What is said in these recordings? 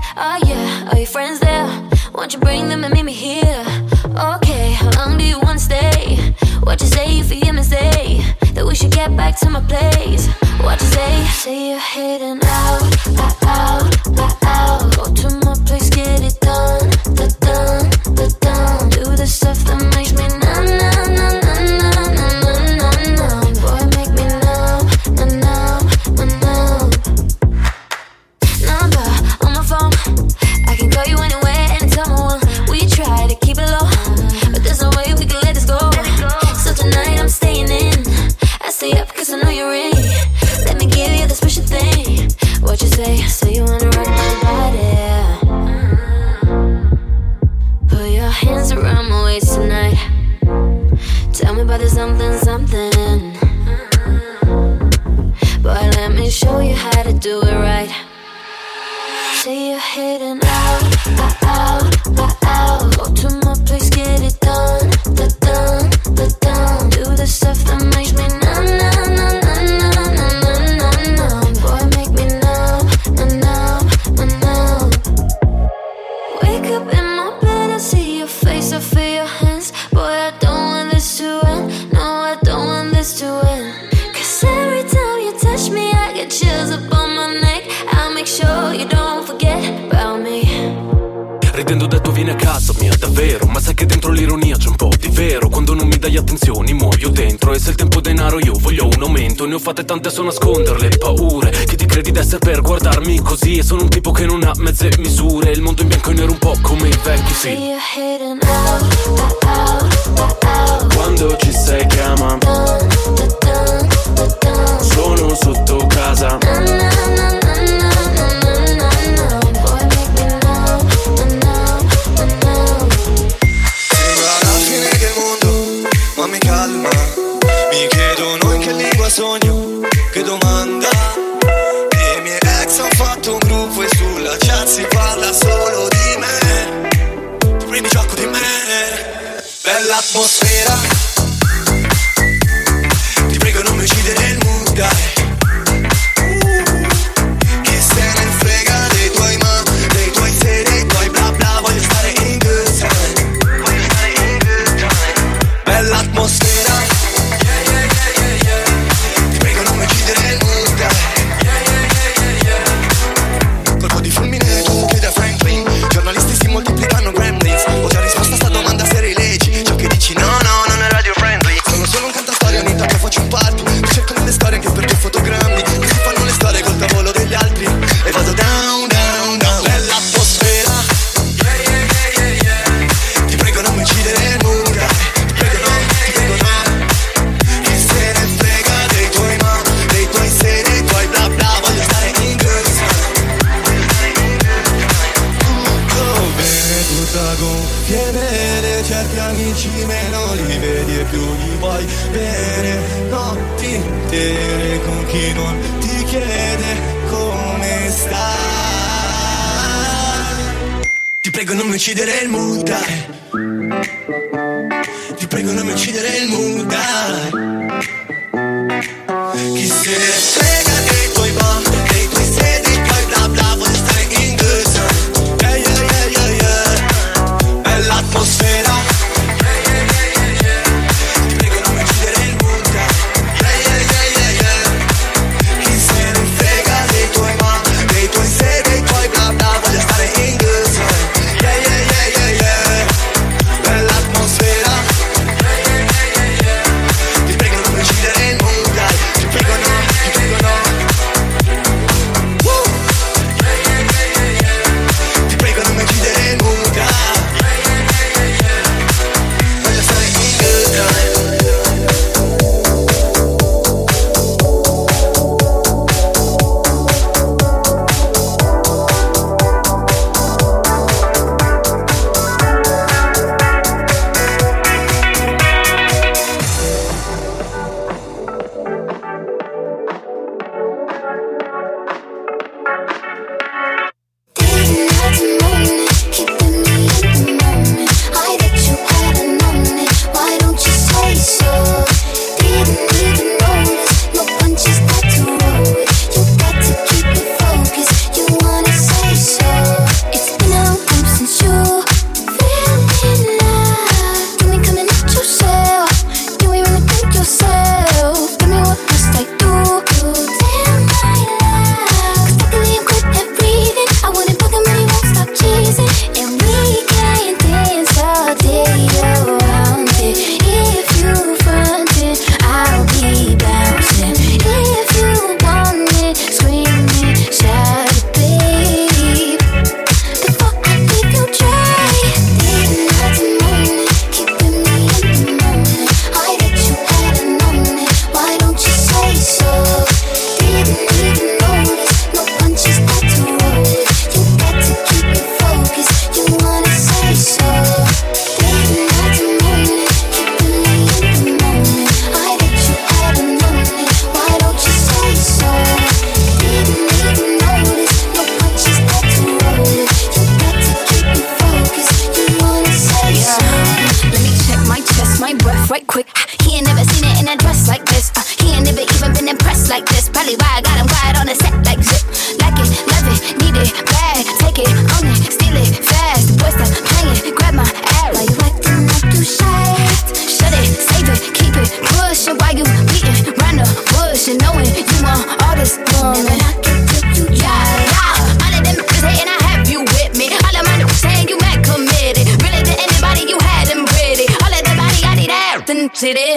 Oh yeah, are your friends there? Won't you bring them and meet me here? Okay, how long do you wanna stay? What you say if you hear me say that we should get back to my place? What you say? Say you're heading out, out. Go to my place, get it done, done. Do the stuff that makes me numb. Boy, make me numb. Number on my phone, I can call you anywhere, anytime I want. We try to keep it low, but there's no way we can let this go. So tonight I'm staying in. I stay up cause I know you're in. Let me give you the special thing. What you say? Say you wanna rock my body. Put your hands around my waist tonight. Tell me about the something. Boy, let me show you how to do it right. Say you're heading out. Go to my place, get it done, done. Do the stuff that makes me numb. Boy, make me numb. Wake up in my bed, I see your face, I feel your hands. Boy, I don't want this to end. No, I don't want this to end. Cause every time you touch me, I get chills up on my neck. I'll make sure you don't forget about me. Ridendo ho detto vieni a casa mia, davvero. Ma sai che dentro l'ironia c'è un po' di vero. Quando non mi dai attenzioni muoio dentro. E se il tempo è denaro io voglio un aumento. Ne ho fatte tante so nascondere le paure. Che ti credi d'essere per guardarmi così. E sono un tipo che non ha mezze misure. Il mondo in bianco e nero un po' come i vecchi film. Quando ci sei chiama. Sono sotto casa. Mi calma, mi chiedono in che lingua sogno, che domanda. I miei ex hanno fatto un gruppo e sulla chat si parla solo di me. Tu prendi gioco di me, bella atmosfera. Ti prego non mi uccidere il mood, dai. Chi se ne frega dei tuoi ma, dei tuoi se, dei tuoi bla bla. Voglio stare in good time. Bella atmosfera, ti prego non mi uccidere il mood, colpo di fulmine tu che da Franklin. Giornalisti si moltiplicano gremlins. Ho già risposto a sta domanda se rileggi ciò che dici, no, non è radio friendly. Sono solo un cantastorie, ogni tanto faccio un party. Cerco nelle storie anche perché fotogrammi. Così fanno le storie col tavolo degli altri. E vado down. Bella atmosfera, ti prego non mi uccidere il mood. Gonfie bene, certi amici meno li vedi e più gli vuoi bene. Notti intere con chi non ti chiede come stai. Ti prego non mi uccidere il mood, dai. Ti prego non mi uccidere il mood, dai. Chi se ne frega dei tuoi ba, dei tuoi se, dei tuoi bla bla. Voglio stare in good time. L'atmosfera, ti prego non mi uccidere il mood, chi se ne frega dei tuoi ma, dei tuoi se, dei tuoi bla bla. Voglio stare in good time, bell'atmosfera, ti prego non mi uccidere il mood, ti prego no, ti I got them quiet on the set like zip. Like it, love it, need it, bad. Take it, own it, steal it, fast. Boy, stop playing, grab my ass. Why you acting like you shy? Shut it, save it, keep it, push it. While you beating round the bush and knowing you want all this woman. I can take you, yeah. All of them niggas hating, I have you with me. All of my niggas saying you mad committed. Really to anybody, you had them pretty. All of the body, I need authenticity.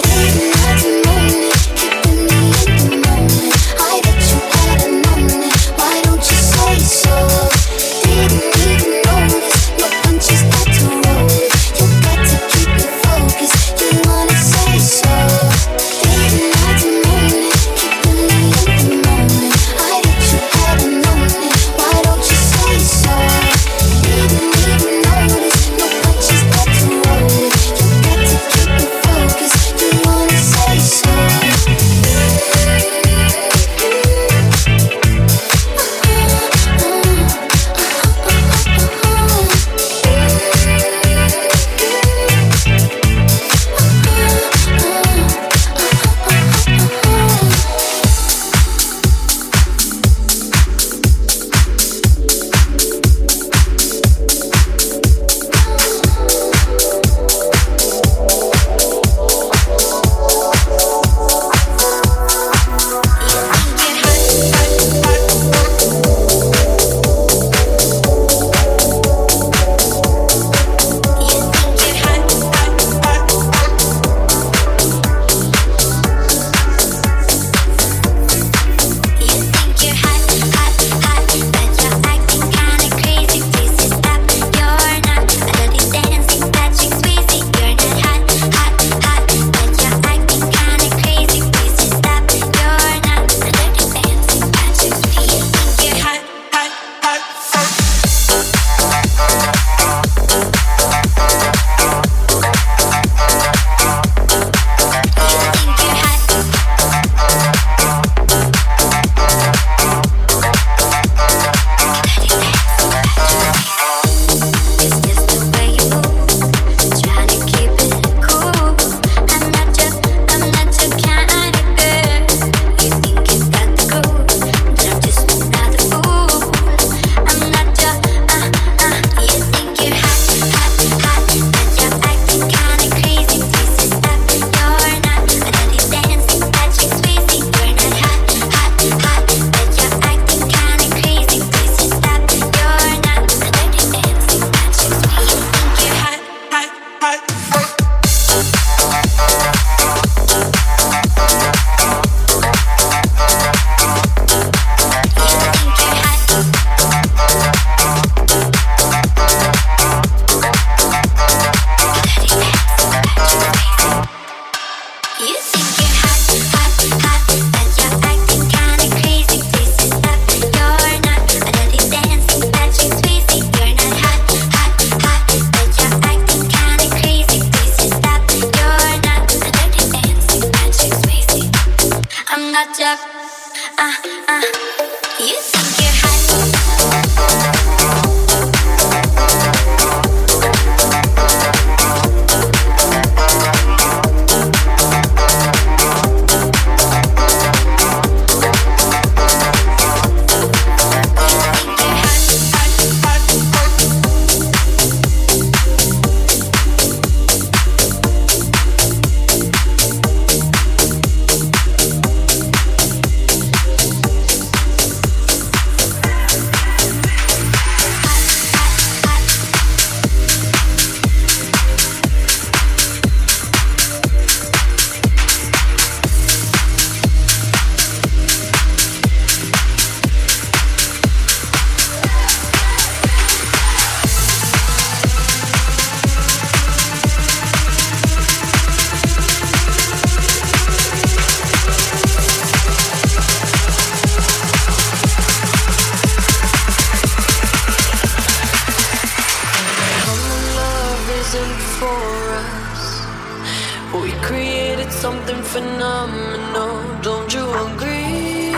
something phenomenal. Don't you agree?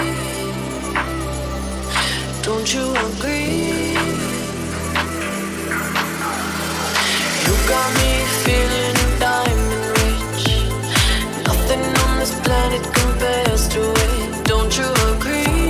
Don't you agree? You got me feeling diamond rich. Nothing on this planet compares to it. Don't you agree?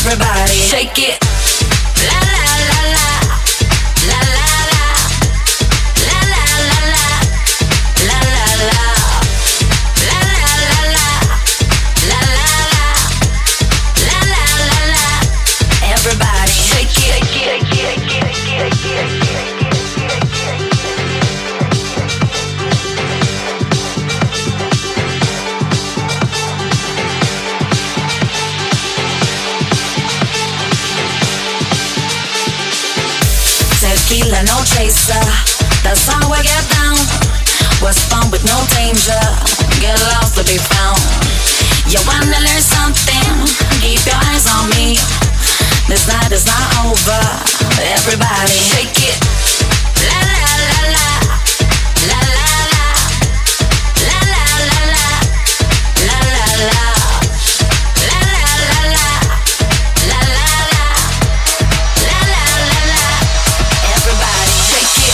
Everybody shake it. La la la la. La la la. La la la la. La la la. La la la la. La la la. La la la la. Everybody shake it. Tequila, no chaser. That's how I get down. Was fun with no danger. Get lost to be found. You wanna learn something? Keep your eyes on me. This night is not over. Everybody shake it. La la la la. La la la. La la la la. La la la. La la la la. La la la. La la la la. Everybody shake it.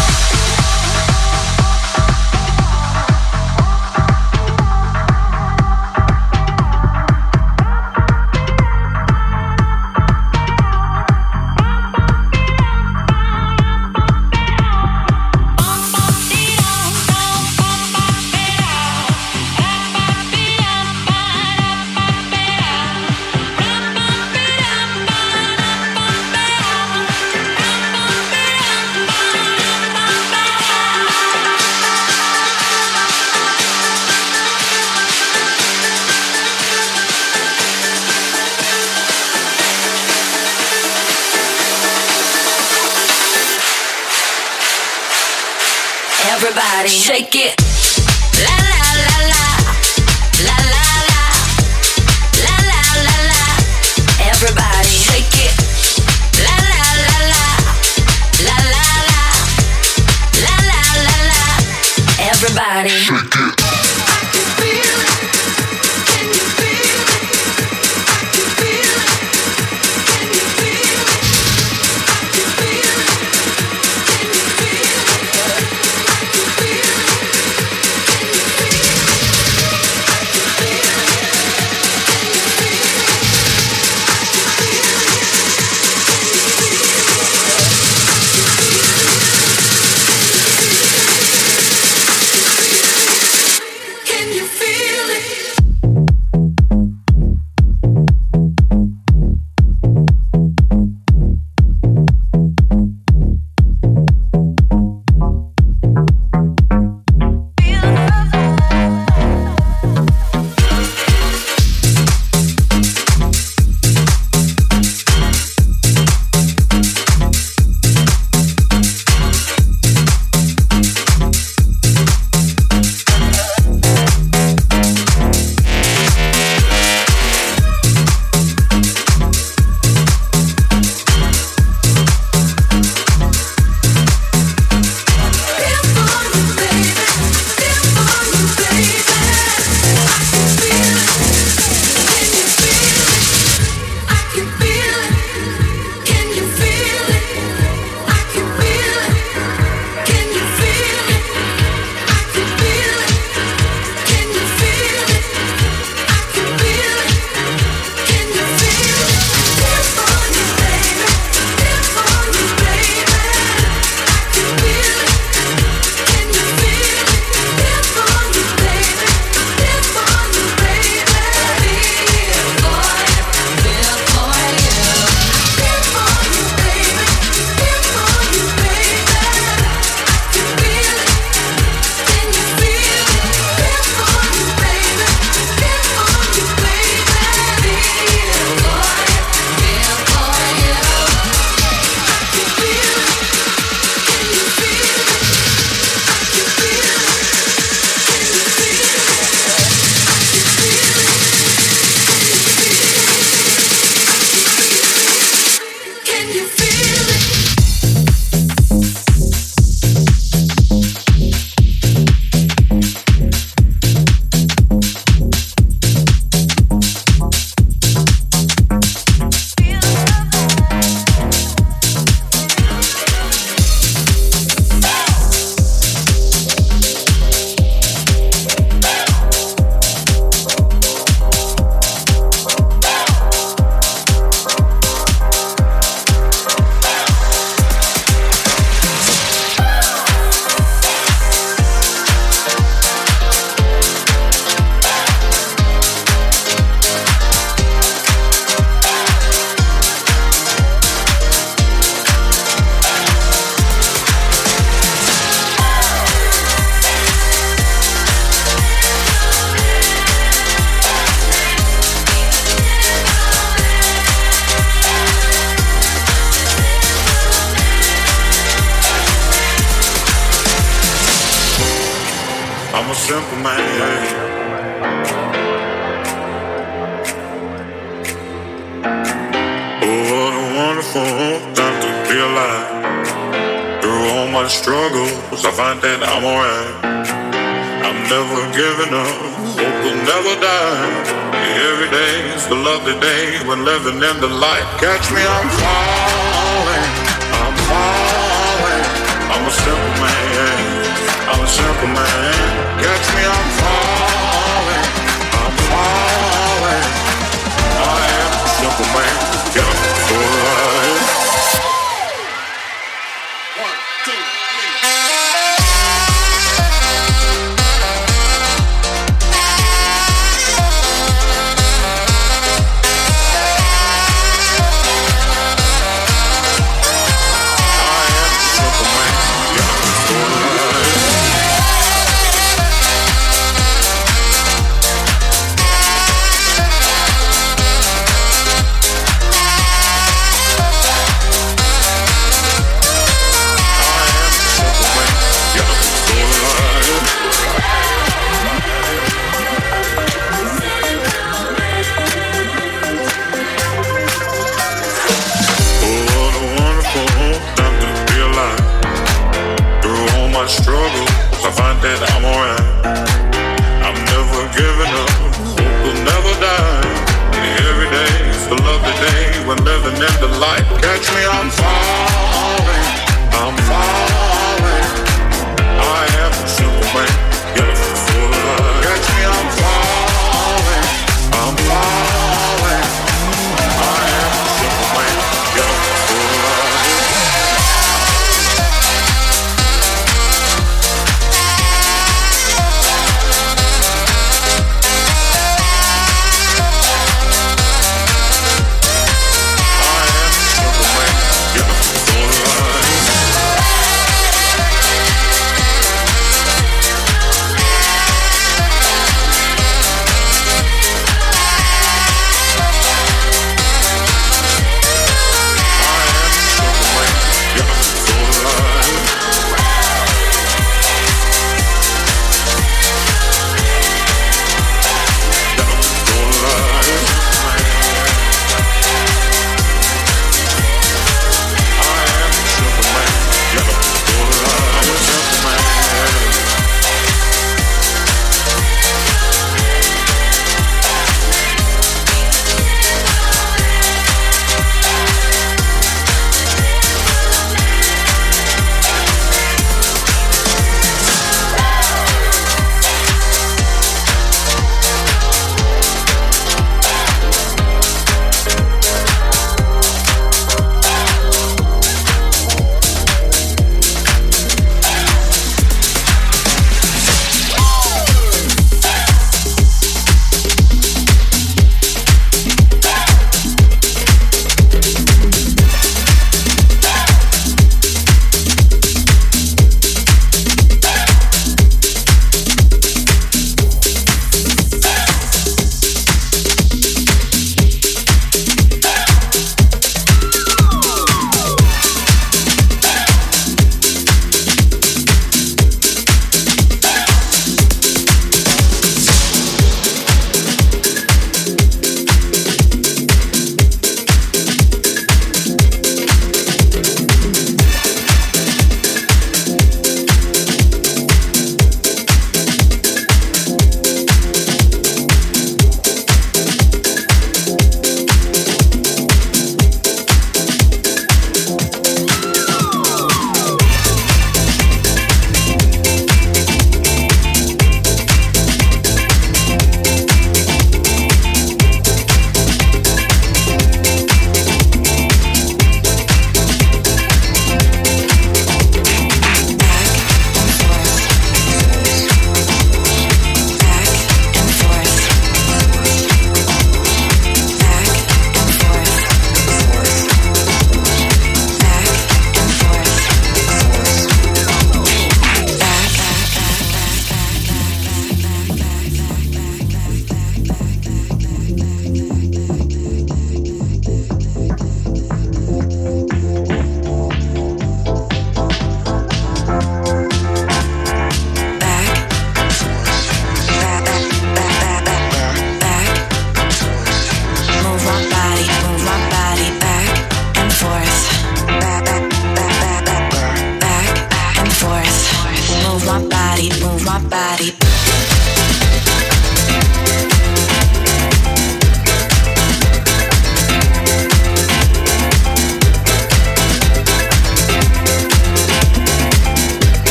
Everybody shake it. La la la la. La la la. La la la la. Everybody shake it. La la la la. La la la. La la la la. Everybody shake it. I'm a simple man. Oh, what a wonderful time to be alive. Through all my struggles, I find that I'm alright. I'm never giving up, hope will never die. Every day is a lovely day when living in the light. Catch me, I'm falling, I'm falling. I'm a simple man, I'm a simple man. Catch me, I'm falling, I'm falling. I am a simple man, get up for a ride. 1, 2, 3.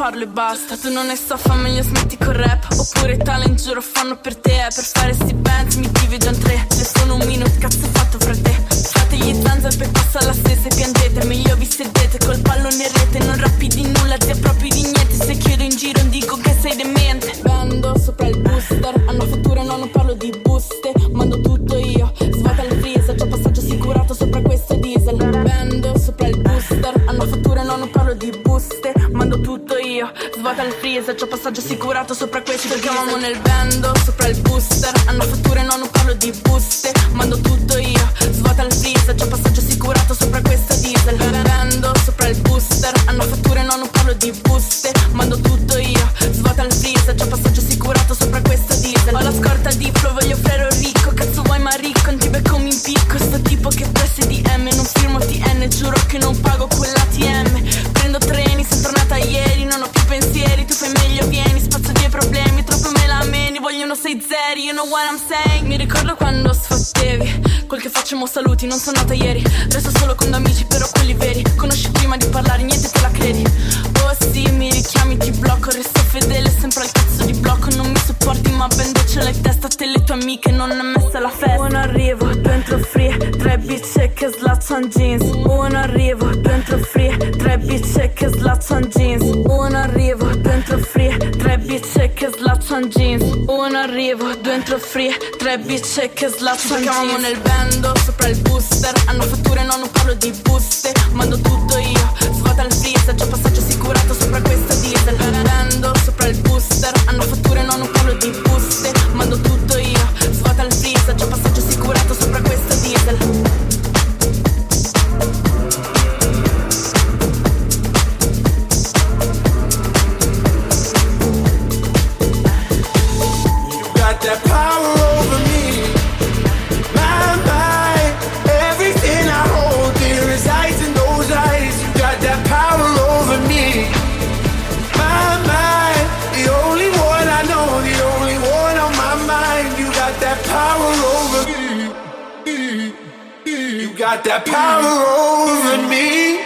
farlo e basta. Tu non ne so, fa meglio smetti col rap. Oppure talent giuro fanno per te. Per fare sti bands mi divido in tre. Se sono un minuto cazzo fatto fra te. Fate gli zanzar per passa la stessa e piangete. Meglio vi sedete col pallone in rete. Non rappi di nulla, ti appropri di niente. Se chiedo in giro dico che sei demente. Vendo sopra il booster. Hanno fatture, no, non parlo di buste. Mando tutto io, svuota il freezer. C'ho passaggio assicurato sopra questo diesel. Vendo sopra il booster. Hanno fatture, no, non parlo di buste. Mando tutto io, svuota il freezer. C'ho passaggio assicurato sopra questo. Chiamamo nel vendo sopra il booster. Hanno fatture, no, non parlo di buste. Mando tutto io, svuota il freezer. C'ho passaggio assicurato sopra questo diesel. Vendo sopra il booster. Hanno fatture, no, non parlo di buste. Mando tutto io, svuota il freezer. C'ho passaggio assicurato sopra questo diesel. Ho la scorta diplo, voglio frero ricco. Cazzo vuoi ma ricco, non ti becco mi impicco. Sto tipo che presse di M, non firmo TN. Giuro che non pago quell'ATM. Prendo treni, sono tornata ieri. Non ho più pensieri, tu fai meglio vieni. Spazio dei problemi, troppo me la meni. Vogliono 6 zeri, you know what I'm saying. Mi ricordo quando sfottevi quel che facciamo saluti, non sono nata ieri. Resto solo con amici, però quelli veri. Conosci prima di parlare, niente te la credi. Oh sì, mi richiami, ti blocco. Resto fedele, sempre al cazzo di blocco. Non mi sopporti ma ben ce l'hai testa. Te le tue amiche non è messa la festa. Un arrivo, dentro free. 3 bitch che slaccian jeans. Un arrivo, dentro free. 3 bitch che slaccian jeans. Un arrivo, dentro free. 3 bitch che slaccian jeans. Un arrivo, dentro free. 3 bitch che slaccian jeans. Chiamamo nel vendo sopra il booster. Hanno fatture, no, non parlo di buste. Mando tutto io, svuota il freezer. C'ho passaggio assicurato sopra questo diesel. Vendo sopra il booster. Hanno fatture, no, non parlo di buste. Mando tutto io, svuota il freezer. C'ho passaggio assicurato sopra questo diesel. That power over me, my mind, everything I hold dear resides in those eyes. You got that power over me, my mind, the only one I know, the only one on my mind. You got that power over me, you got that power over me.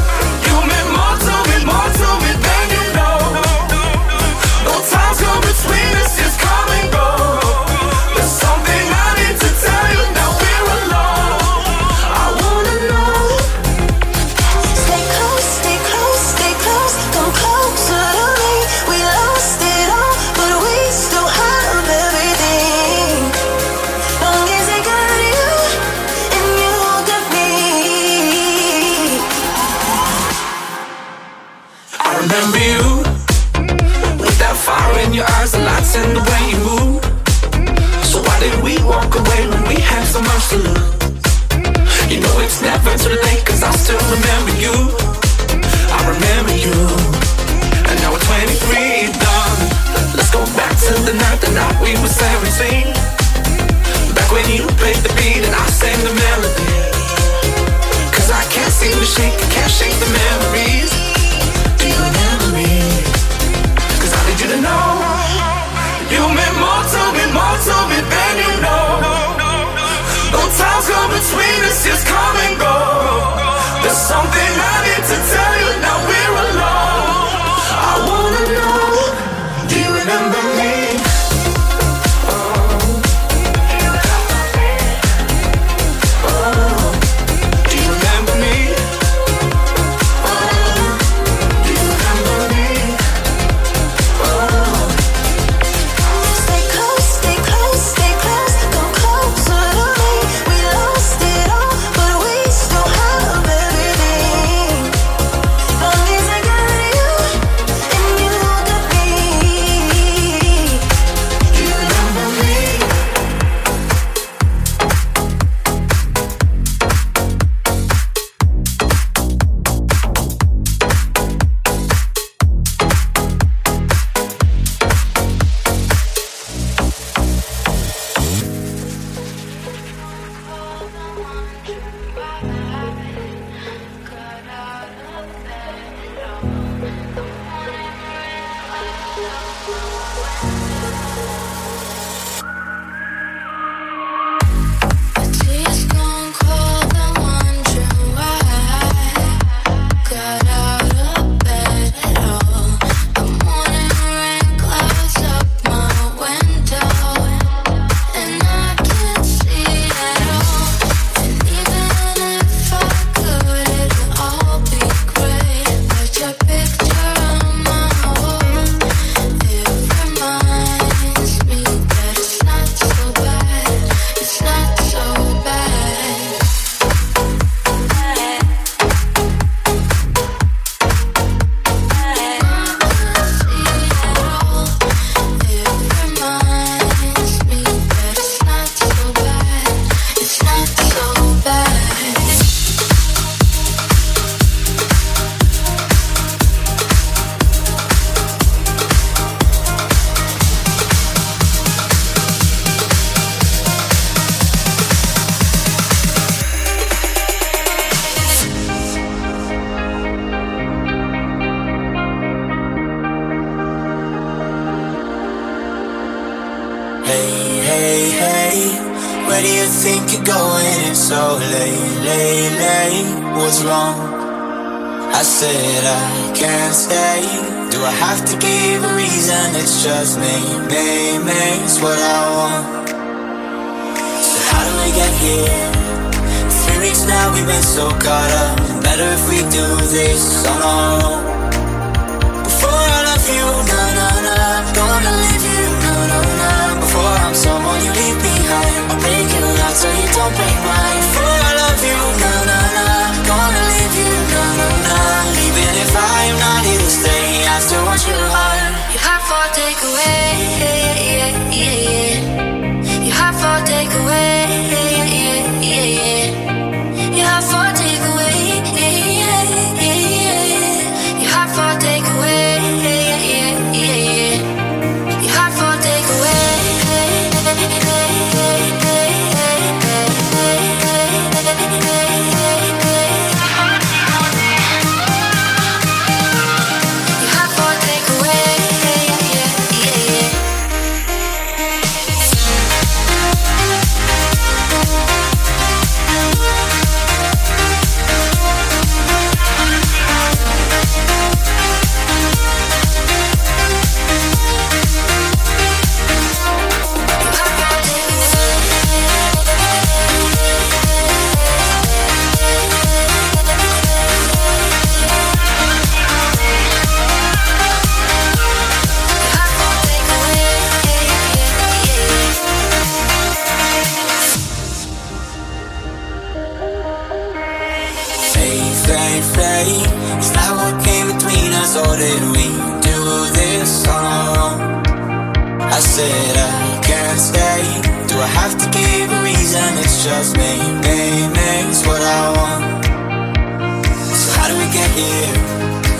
More to me than you know. No time's coming. we were 17. Back when you played the beat and I sang the melody. Cause I can't seem to shake, I can't shake the memories. Do you remember me? Cause I need you to know you meant more to me than you know. Though times go between us, just come and go. There's something I need to tell you, now we're alone. I wanna know, do you remember me?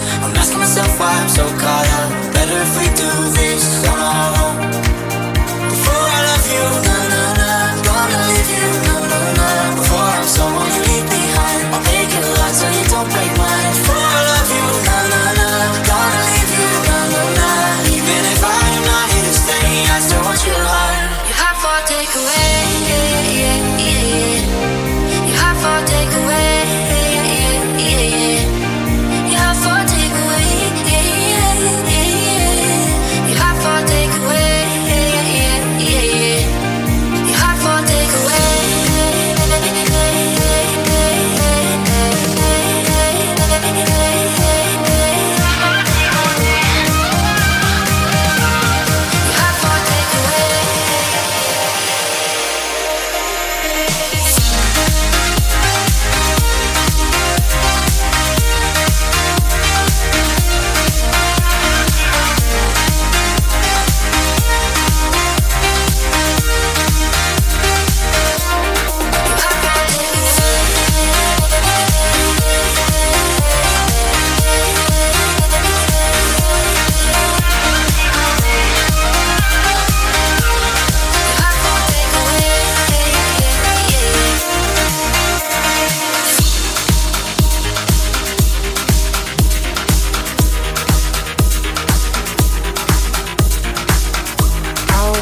why I'm so caught up. Better if we do this on our own.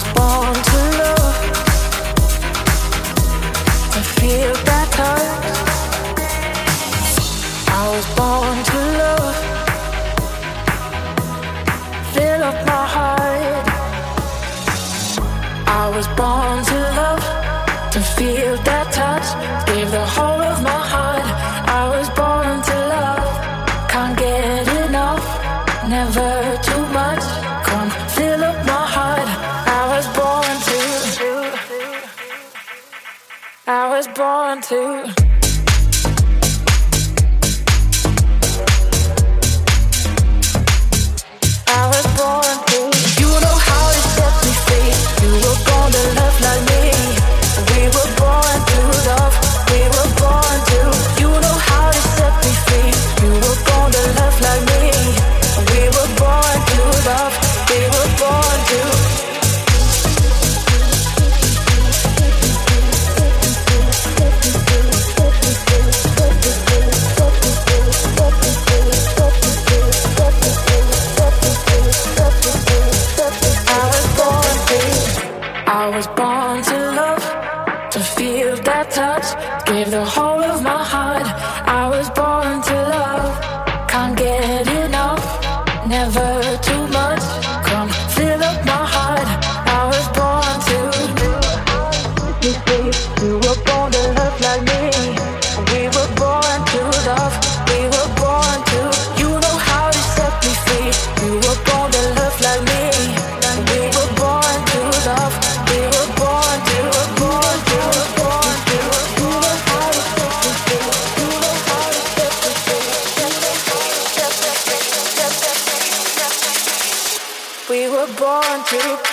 born to love, to feel that touch. I was born to love, fill up my heart. I was born to love, to feel that touch. Gave the whole of my heart. I was born to love, can't get enough, never too much. Come fill up my heart. I was born to, I was born to. I was born to. You know how to set me free. You were born to love like me. We were born to love. We were born to. You know how to set me free. You were born to love like me. We were born to love. We were born to. I was born to love, to feel that touch. Gave the whole of my heart. I was born to love, can't get enough, never too much. Come fill up my heart. I was born to. You were born to love like me. We were born to love. We were born to. You know how to set me free. You were born to love like me. We were born to love. We were born to, born to, born to. You know how to set me free. You know how to set me free. We were born to.